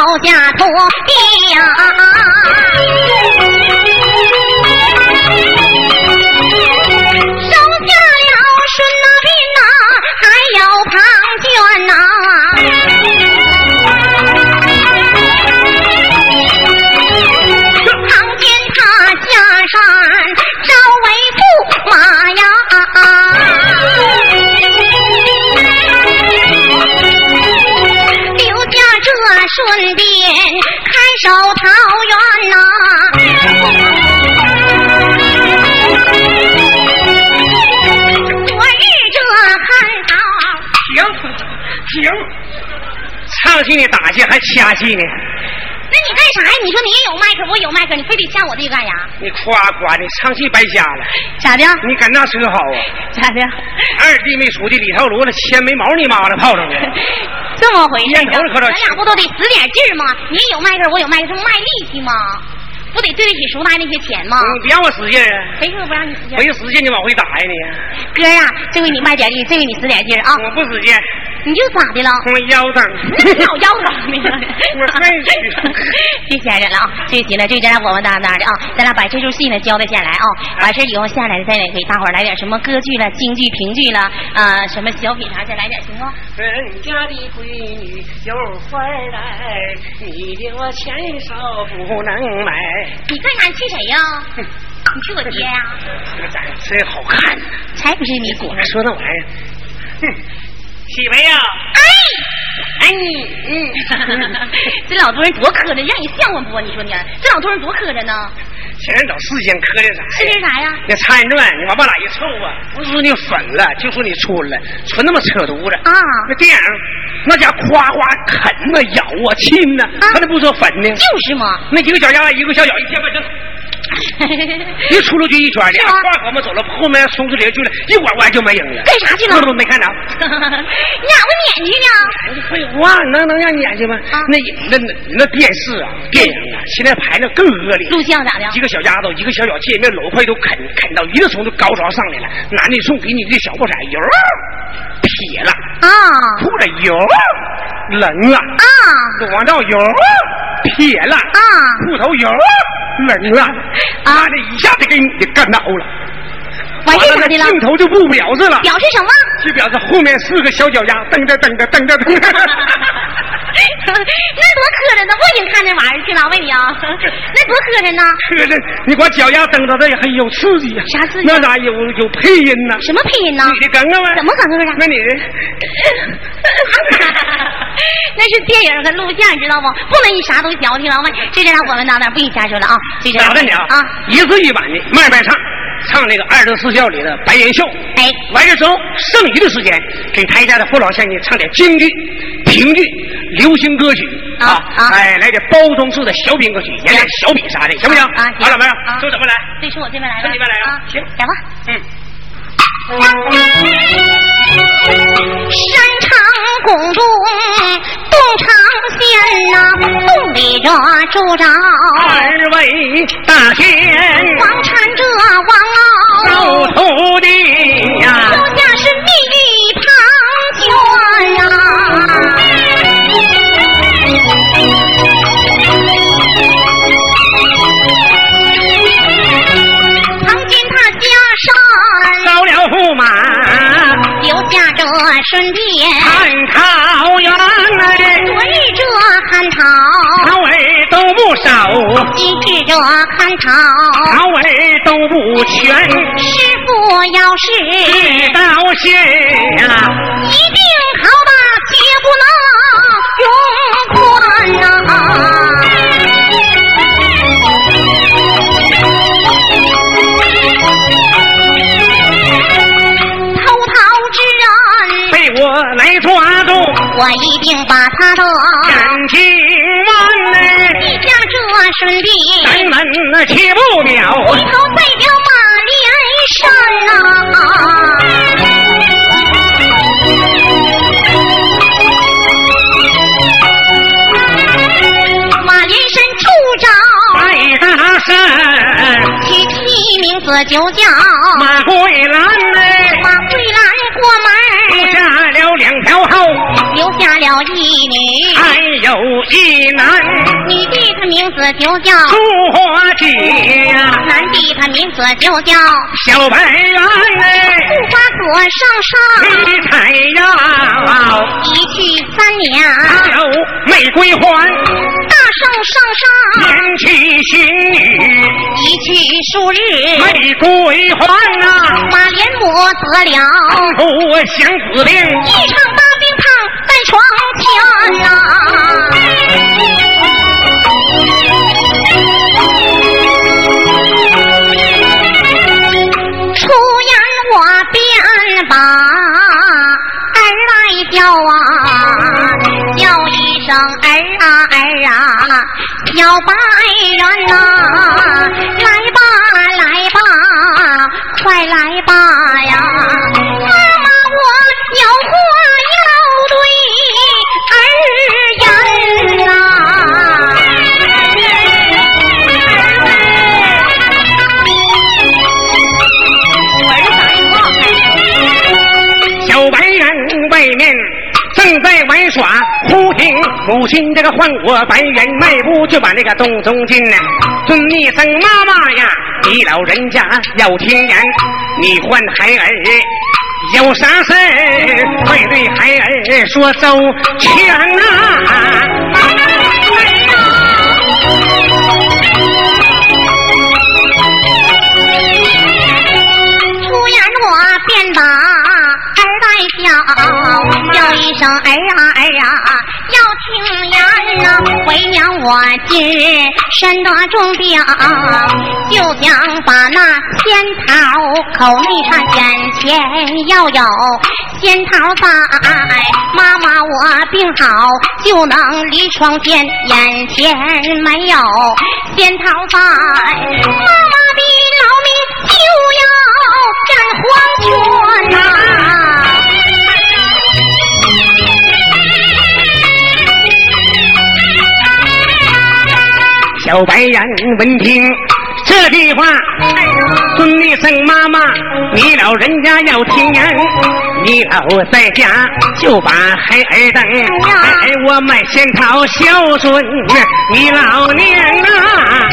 下土地呀。收下了顺那宾呐，还有庞涓呐。庞涓他下山招为驸马呀。留下这顺便看守桃园呐。 停！唱戏呢，打戏还掐戏呢？ 那你干啥呀？你说你也有麦克，我有麦克，你非得掐我这个干啥？ 你夸夸的，唱戏白瞎了。 咋的？ 你跟那车好啊？ 咋的？ 二弟没出去，里头炉子牵没毛你妈了，泡上去。 这么回事？ 烟头可咱俩不都得使点劲儿吗？你也有麦克，我有麦克，这不卖力气吗？不得对得起熟大那些钱吗？ 你别让我使劲啊！ 谁说不让你使劲？ 我一使劲就往回打呀你！ 哥呀，这回你卖点力，这回你使点劲啊！ 我不使劲。 你就咋的了？ 我腰疼。 老腰疼你说。 我累死。 别闲着了啊！这行了，这咱俩稳稳当当的啊！咱俩把这出戏呢交代下来啊！完事以后下来再给大伙儿来点什么歌剧了、京剧、评剧了什么小品啥，再来点行吗？ 人家的闺女有花来，你的我钱少不能买。 你干啥？你气谁呀？你气我爹呀？ 这长得真好看呢！ 才不是你果还说那玩意儿。喜梅呀！哎你这老多人多磕碜，让你像话不？你说你这老多人多磕碜呢？ 前人找事先磕碜啥呀？ 磕碜啥呀？ 那餐转你往哪一凑啊？不是说你粉了，就说你纯了，纯那么扯犊子啊！那电影那家夸夸啃呐、咬啊、亲呐，他那不说粉呢？ 就是嘛！ 那一个脚丫一个小脚一天半正。一出去一圈的，花哥们走了，后面松树林去了，一拐就没影了。 干啥去了？ 都没看着。 你俩不撵去呢？ 废话，能让撵去吗？那电视啊、电影啊，现在拍那更恶劣。 录像咋的？ 一个小丫头，一个小界面，楼块都啃到一个从这高潮上来了，男的送给你这小破伞油撇了啊，裤子油冷了啊，裸照油撇了啊，裤头油冷了啊，这一下子给你干倒了。 完事咋的了？ 镜头就不表示了， 表示什么？ 就表示后面4个小脚丫蹬着。 那多磕碜呢！不仅看这玩意儿去了，我问你啊，那多磕碜呢！ 磕碜，你光脚丫蹬到这还有刺激呀？ 啥刺激？ 那咋有配音呢？ 什么配音呢？ 你的梗啊吗？ 怎么梗啊？ 那你的那是电影和录像，知道不？不能你啥都矫情了。这咱俩稳稳当当，不你瞎说了啊！这打断你啊！一字一板的慢慢唱那个24孝里的白莲秀。哎，完了之后剩余的时间给台下的父老乡亲唱点京剧、评剧、流行歌曲哎，来点包装式的小品歌曲，演点小品啥的，行不行？啊，好了没有？都怎么来？ 这是我这边来的， 这边来啊！行， 来吧。山长宫中洞长线呐，洞里这住着 2位大仙， 王禅这王老徒弟呀， 出家是密玉庞涓呐。 烧了驸马， 留下这顺便看桃园哎， 昨日这蟠桃， 桃儿都不少； 今日这蟠桃， 桃儿都不全。 师傅要是知道是啊， 一定好把绝不能用宽呐。 我来抓住， 我一定把他的感情完嘞！ 一下这顺便， 咱们那切不了， 回头再表马连山呐。马连山住着白大山， 其题名字就叫马桂兰嘞， 马桂兰过门。 下了2条后， 留下了一女， 还有一男。 女的她名字就叫朱花姐呀， 男的他名字就叫小白猿哎， 木花果上你采药， 一去3年， 还有玫瑰花， 大圣上年期新女， 一去数日， 玫瑰花啊， 马连母得了不祥子病， 一场大病躺在床前出言我便把儿来叫叫一声儿啊，小白猿来吧，快来吧呀！妈妈，我有话要对儿言小白猿外面正在玩耍，忽听母亲这个唤我白猿，迈步就把那个洞中进呢，尊一声妈妈呀，你老人家要听言，你唤孩儿有啥事儿，快对孩儿说周全啊！ 出言我便把儿来叫一声儿啊，要听言呐！为娘我今日身得重病，就想把那仙桃口内上眼前要有仙桃在，妈妈我病好就能离床前，眼前没有仙桃在，妈妈的老命就要占黄泉呐！ 小白猿闻听这句话，尊一声妈妈，你老人家要听言，你老在家就把孩儿等，孩儿我买仙桃孝顺你老娘啊！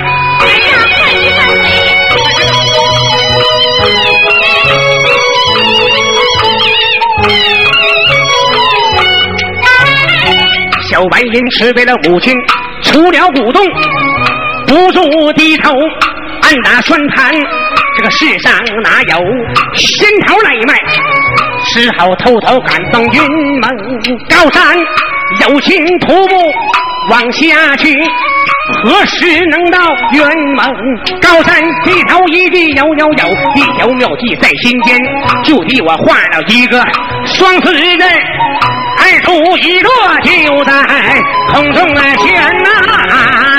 小白猿吃为了母亲出了古洞，不住低头暗打算盘，这个世上哪有仙桃来卖，只好偷偷赶登云门高山，有心徒步往下去，何时能到云门高山？一条一地有一条妙计在心间，就替我画了一个双字人，二出一落就在空中前啊！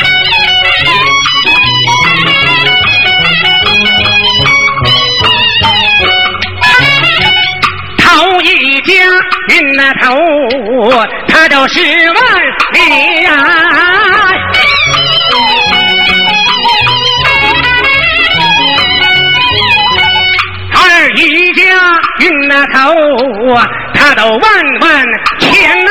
头一家云那头，他就是万里呀！二一家云那头，他都万钱呐！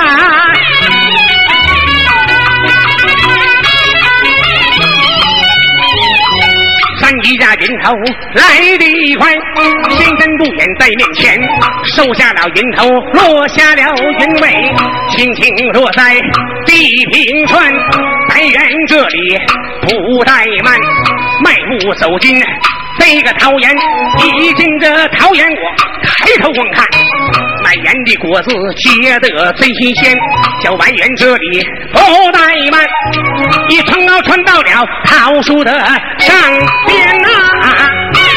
三一家云头来得快，仙身不远在面前，收下了云头，落下了云尾，轻轻落在地平川。白猿这里不怠慢，迈步走进这个桃园，一进这桃园，我抬头观看，满园的果子结得最新鲜。小白猿这里不怠慢，一穿到了桃树的上边啊！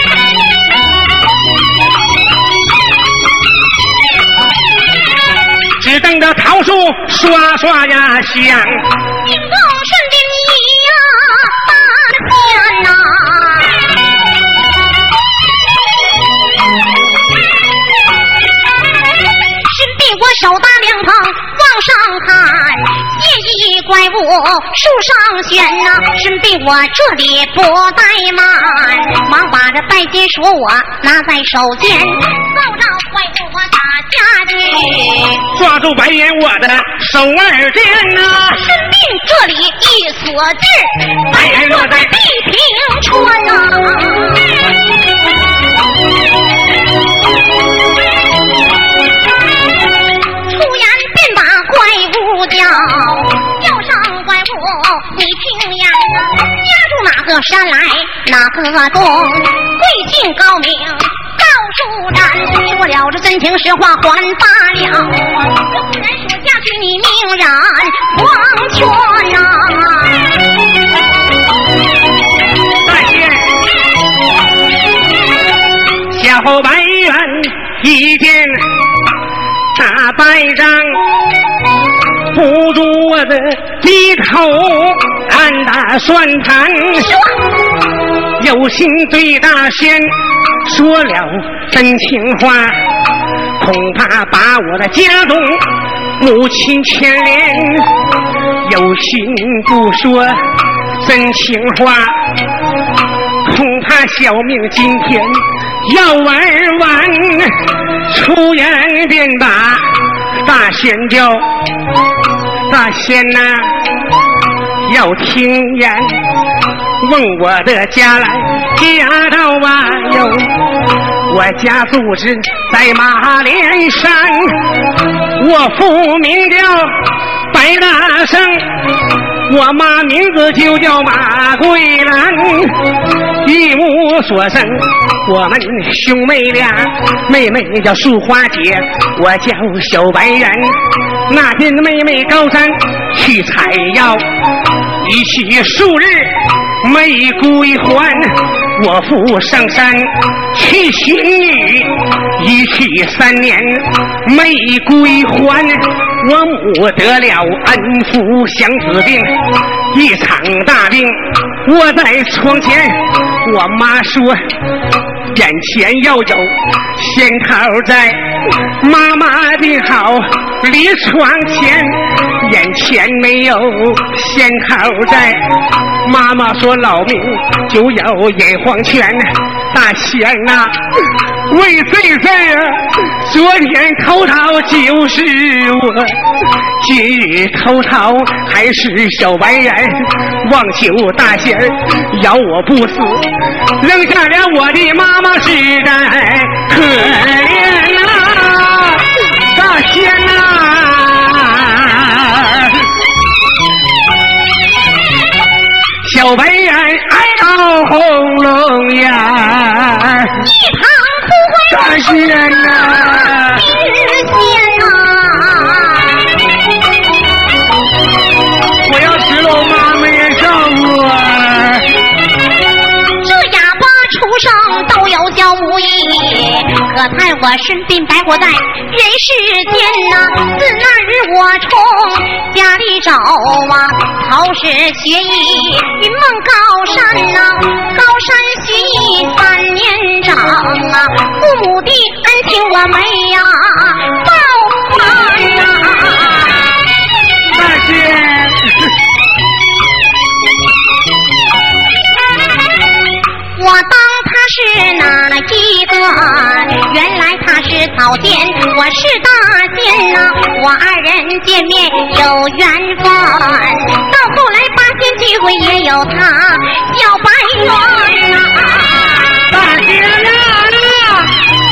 只等着桃树刷刷呀响， 惊动顺的你呀，大天呐！我手搭凉棚往上看，夜一怪物树上悬呐，身被我这里不怠慢，忙把这拜金说我拿在手间，奏着怪物我打下去， 抓住白眼我的手二剑呐， 身病这里一锁制， 白眼落在地平川呐。出言便把怪物叫上怪物，你听言，压住哪个山来哪个洞，贵姓高明告诉咱，说了这真情实话还罢了，要不然说下去你命染黄泉啊。 再见，小白猿一见大败仗，不住我的低头暗打算盘，有心对大仙说了真情话，恐怕把我的家中母亲牵连，有心不说真情话，恐怕小命今天要玩完，出言便把大仙叫，大仙呐，要听言，问我的家来家道啊哟，我家住址在马连山，我父名叫白大生，我妈名字就叫马桂兰，一无所生，我们兄妹俩，妹妹叫树花姐，我叫小白人。那天妹妹高山去采药，一去数日没归还，我父上山去寻女，一去3年没归还，我母得了恩福祥子病，一场大病卧在床前，我妈说眼前要有仙桃在，妈妈病好离床前，眼前没有仙桃在，妈妈说老命就要眼黄泉，大仙呐，为这事啊，昨天偷桃就是我，今日偷桃还是小白人，望求大仙饶我不死，扔下了我的妈妈实在可怜啊，大仙啊，小白人挨到喉咙眼， 一旁哭唤大仙啊，我要吃了妈妈也上我， 这哑巴出生都有教无益，可叹我身病白活在人世间呐，自那日我从家里找啊，考试学艺云梦高山呐，高山学艺3年长啊，父母的恩情我没呀报还呐， 大仙我当他是哪一个？原来他是草仙，我是大仙呐，我2人见面有缘分，到后来8仙聚会也有他小白猿呐， 大仙啊，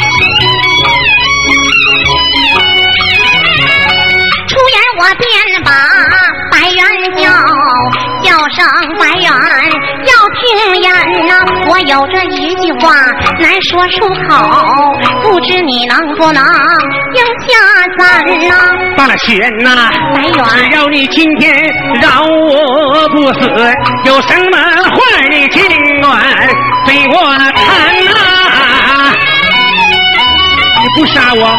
出言我便把白猿叫声白猿，要听言呐，我有这一句话难说出口，不知你能不能应下咱呐？ 大仙呐， 白猿， 只要你今天饶我不死，有什么话你尽管对我谈呐，你不杀我，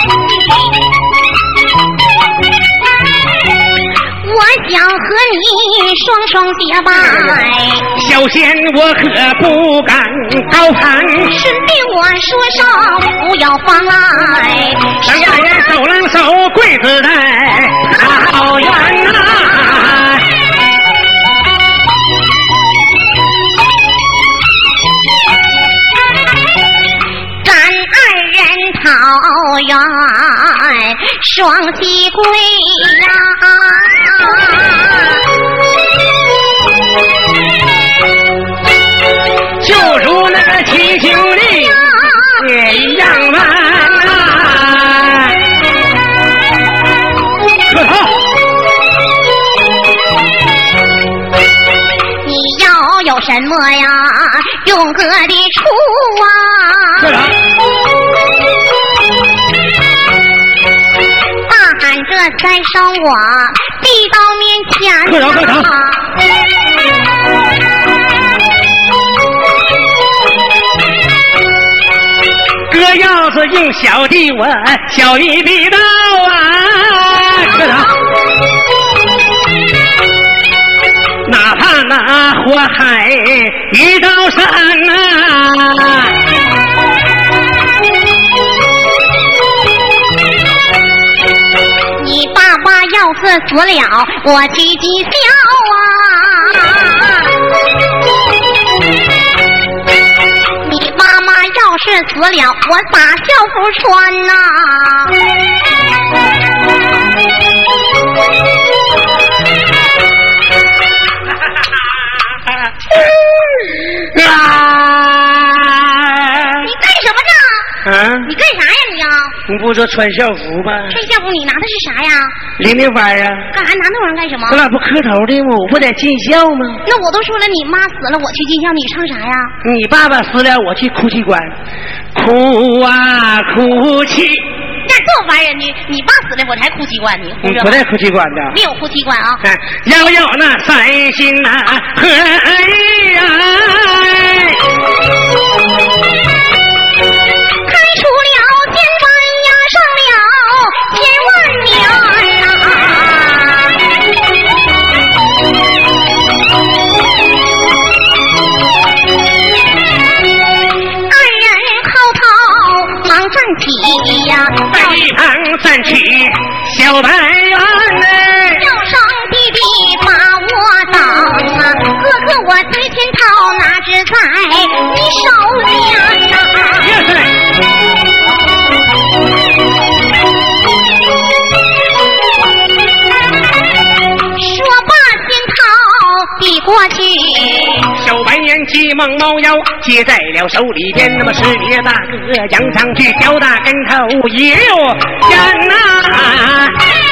我想和你双双结拜， 小仙我可不敢高攀， 顺便我说声不要妨碍， 让大爷手拉手跪子在好缘呐， 咱2人讨愿双喜归呀。 就如那个七兄弟一样慢啊！可好？ 你要有什么呀？用个的处啊！ 可好？ 大喊这三声我递到面前。 可好？可好？哥要是用小弟我小弟逼到啊，可好？哪怕那火海一道山啊， 你爸爸要是死了，我去讥笑啊！你妈妈要是死了，我把校服穿呐！你干什么呢？你干啥呀你啊？ 你不说穿校服吗？ 穿校服你拿的是啥呀？ 拎那玩意儿啊。 干啥拿那玩意儿干什么？ 我俩不磕头的吗？我不得尽孝吗？ 那我都说了，你妈死了，我去尽孝，你唱啥呀？ 你爸爸死了，我去哭泣馆，哭啊哭泣。 那这玩意儿，你爸死了，我才哭泣馆，你不在哭泣馆的， 没有哭泣馆啊。 要有那三心啊，合一啊。 开出了千万呀，上了千万年二人滔滔忙站起呀， 在一旁站起小白猿哎， 叫声弟弟把我等啊，哥哥我随天逃，哪知在你手间呐。说罢仙桃递过去， 小白猿急忙猫腰接在了手里边，那么师爷大哥扬上去脚大跟头也有烟呐。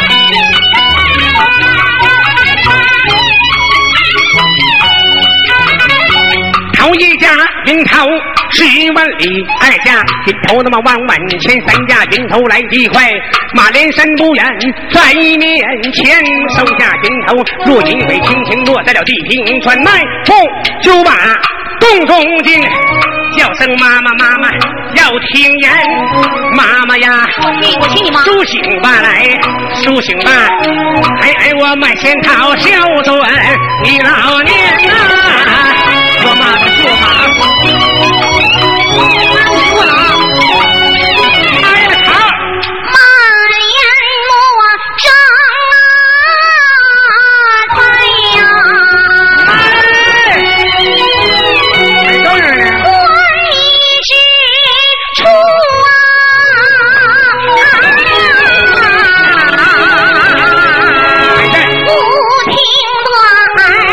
头一家云头10万里，二家云头那么望万千，三家云头来地快，马连山不远在面前，收下云头若因为轻轻落在了地平川，迈步就把洞中进，叫声妈妈妈妈要听言，妈妈呀我去你妈， 苏醒吧来苏醒吧，我买仙桃孝顺你老年啊，我妈的做法我了好马连莫张啊在呀，我一时出不听乱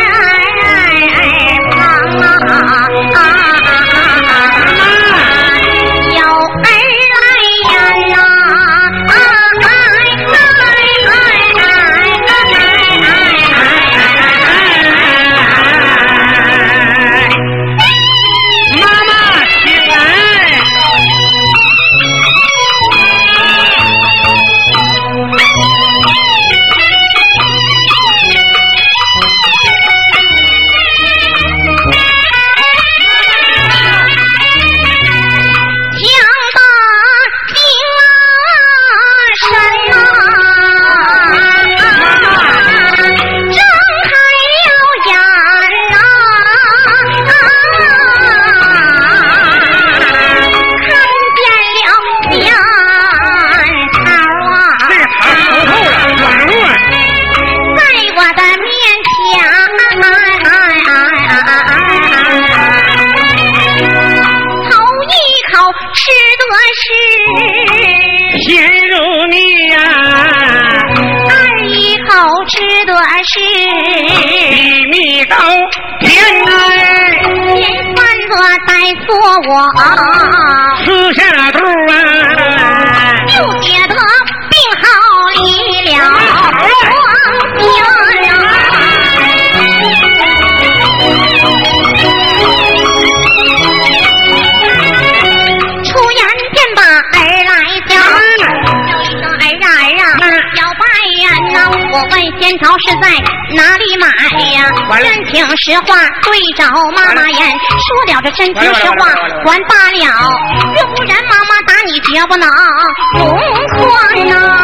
天哪！ 连番子带锁我吃下肚啊， 就觉得病好离了黄天啊！出言便把儿来叫，叫一声儿啊儿啊，小白人呐！我问仙桃是在哪里买呀？真情实话对照妈妈言，说了这真情实话还罢了，若不然妈妈打你绝不能容宽呐！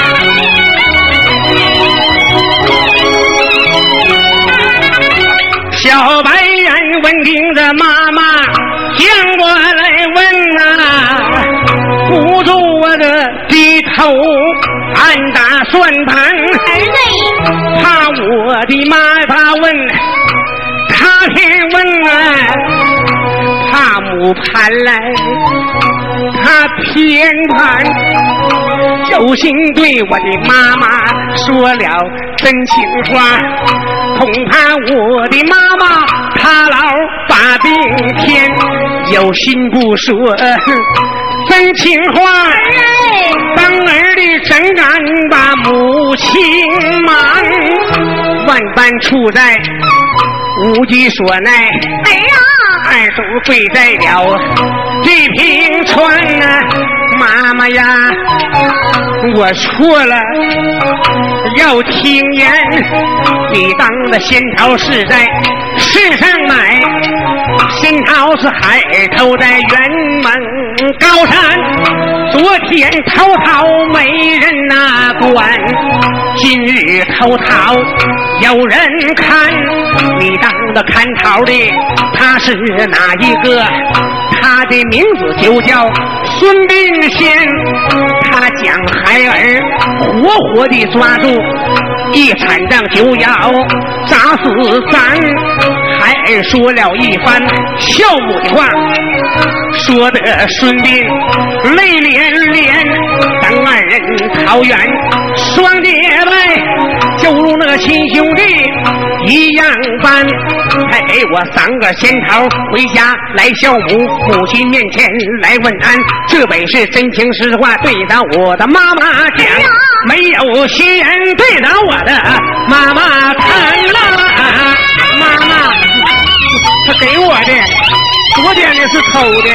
小白人闻听着妈妈向过来问啊，捂住我的低头暗打算盘，怕我的妈她问，她天问啊，怕母盘来她偏盘，有心对我的妈妈说了真情话，恐怕我的妈妈她老把病添，有心不说真情话，当儿的真敢把母亲瞒，万般处在无计所奈。 儿啊， 二主跪在了地平川啊，妈妈呀，我错了，要听言，你当的仙桃是在市上买，仙桃是海头在辕门高山，昨天偷桃没人拿管，今日偷桃有人看，你当的看桃的他是哪一个？他的名字就叫孙膑仙，他将孩儿活活地抓住，一铲杖就要砸死咱。孩儿说了一番孝母的话，说的孙膑泪连连，等二人桃园双结拜，就如那亲兄弟一样般，陪我3个仙桃回家来孝母，母亲面前来问安，这本是真情实话对着我的妈妈讲，没有心人对着我的妈妈谈了。妈妈他给我的，昨天的是偷的。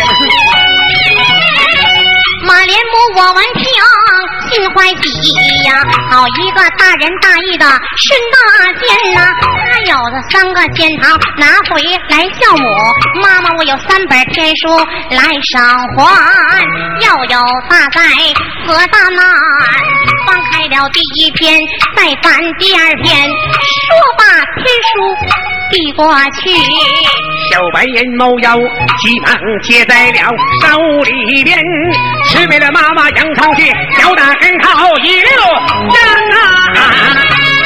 马连母我闻听心怀喜呀，好一个大仁大义的孙大仙呐！他有的3个仙桃拿回来孝母，妈妈我有3本天书来偿还，要有大灾和大难。翻开了第1篇，再翻第2篇，说罢天书递过去， 小白人猫腰急忙接在了手里边，是为了妈妈扬上去，脚打跟头一溜烟啊！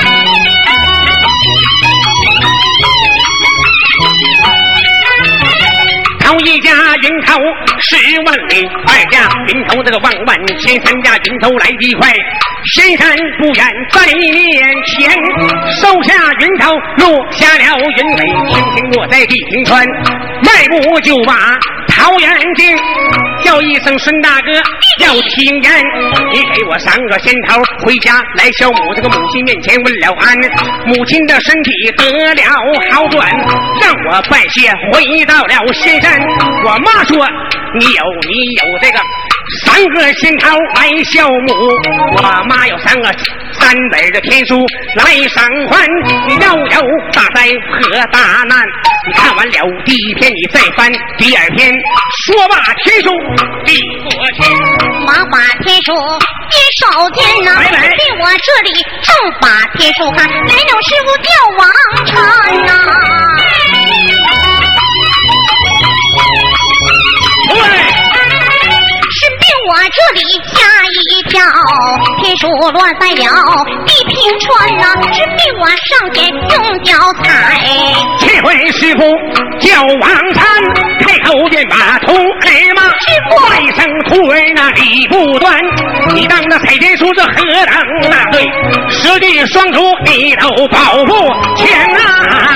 头一家云头10万里，2家云头这个万万千，3家云头来得快，仙山不远在面前，收下云头落下了云尾，轻轻落在地平川，迈步就把桃园进，叫一声孙大哥要听言，你给我3个仙桃回家来孝母这个母亲面前问了安，母亲的身体得了好转，让我拜谢回到了仙山。我妈说你有这个3个仙桃来孝母，我妈有3本的天书来偿还，你要有大灾和大难，你看完了第1篇你再翻第2篇，说罢天书递过去， 忙把天书接手间呐，给我这里正把天书看，来了师傅叫王禅呐。顺便我这里吓一跳，天书落在了地平川呐，顺便我上前用脚踩。 这回师傅叫王禅，开口便把徒儿骂， 师傅外甥徒儿那理不端，你当那采天书是何等大罪，实地双出你都保不全啊！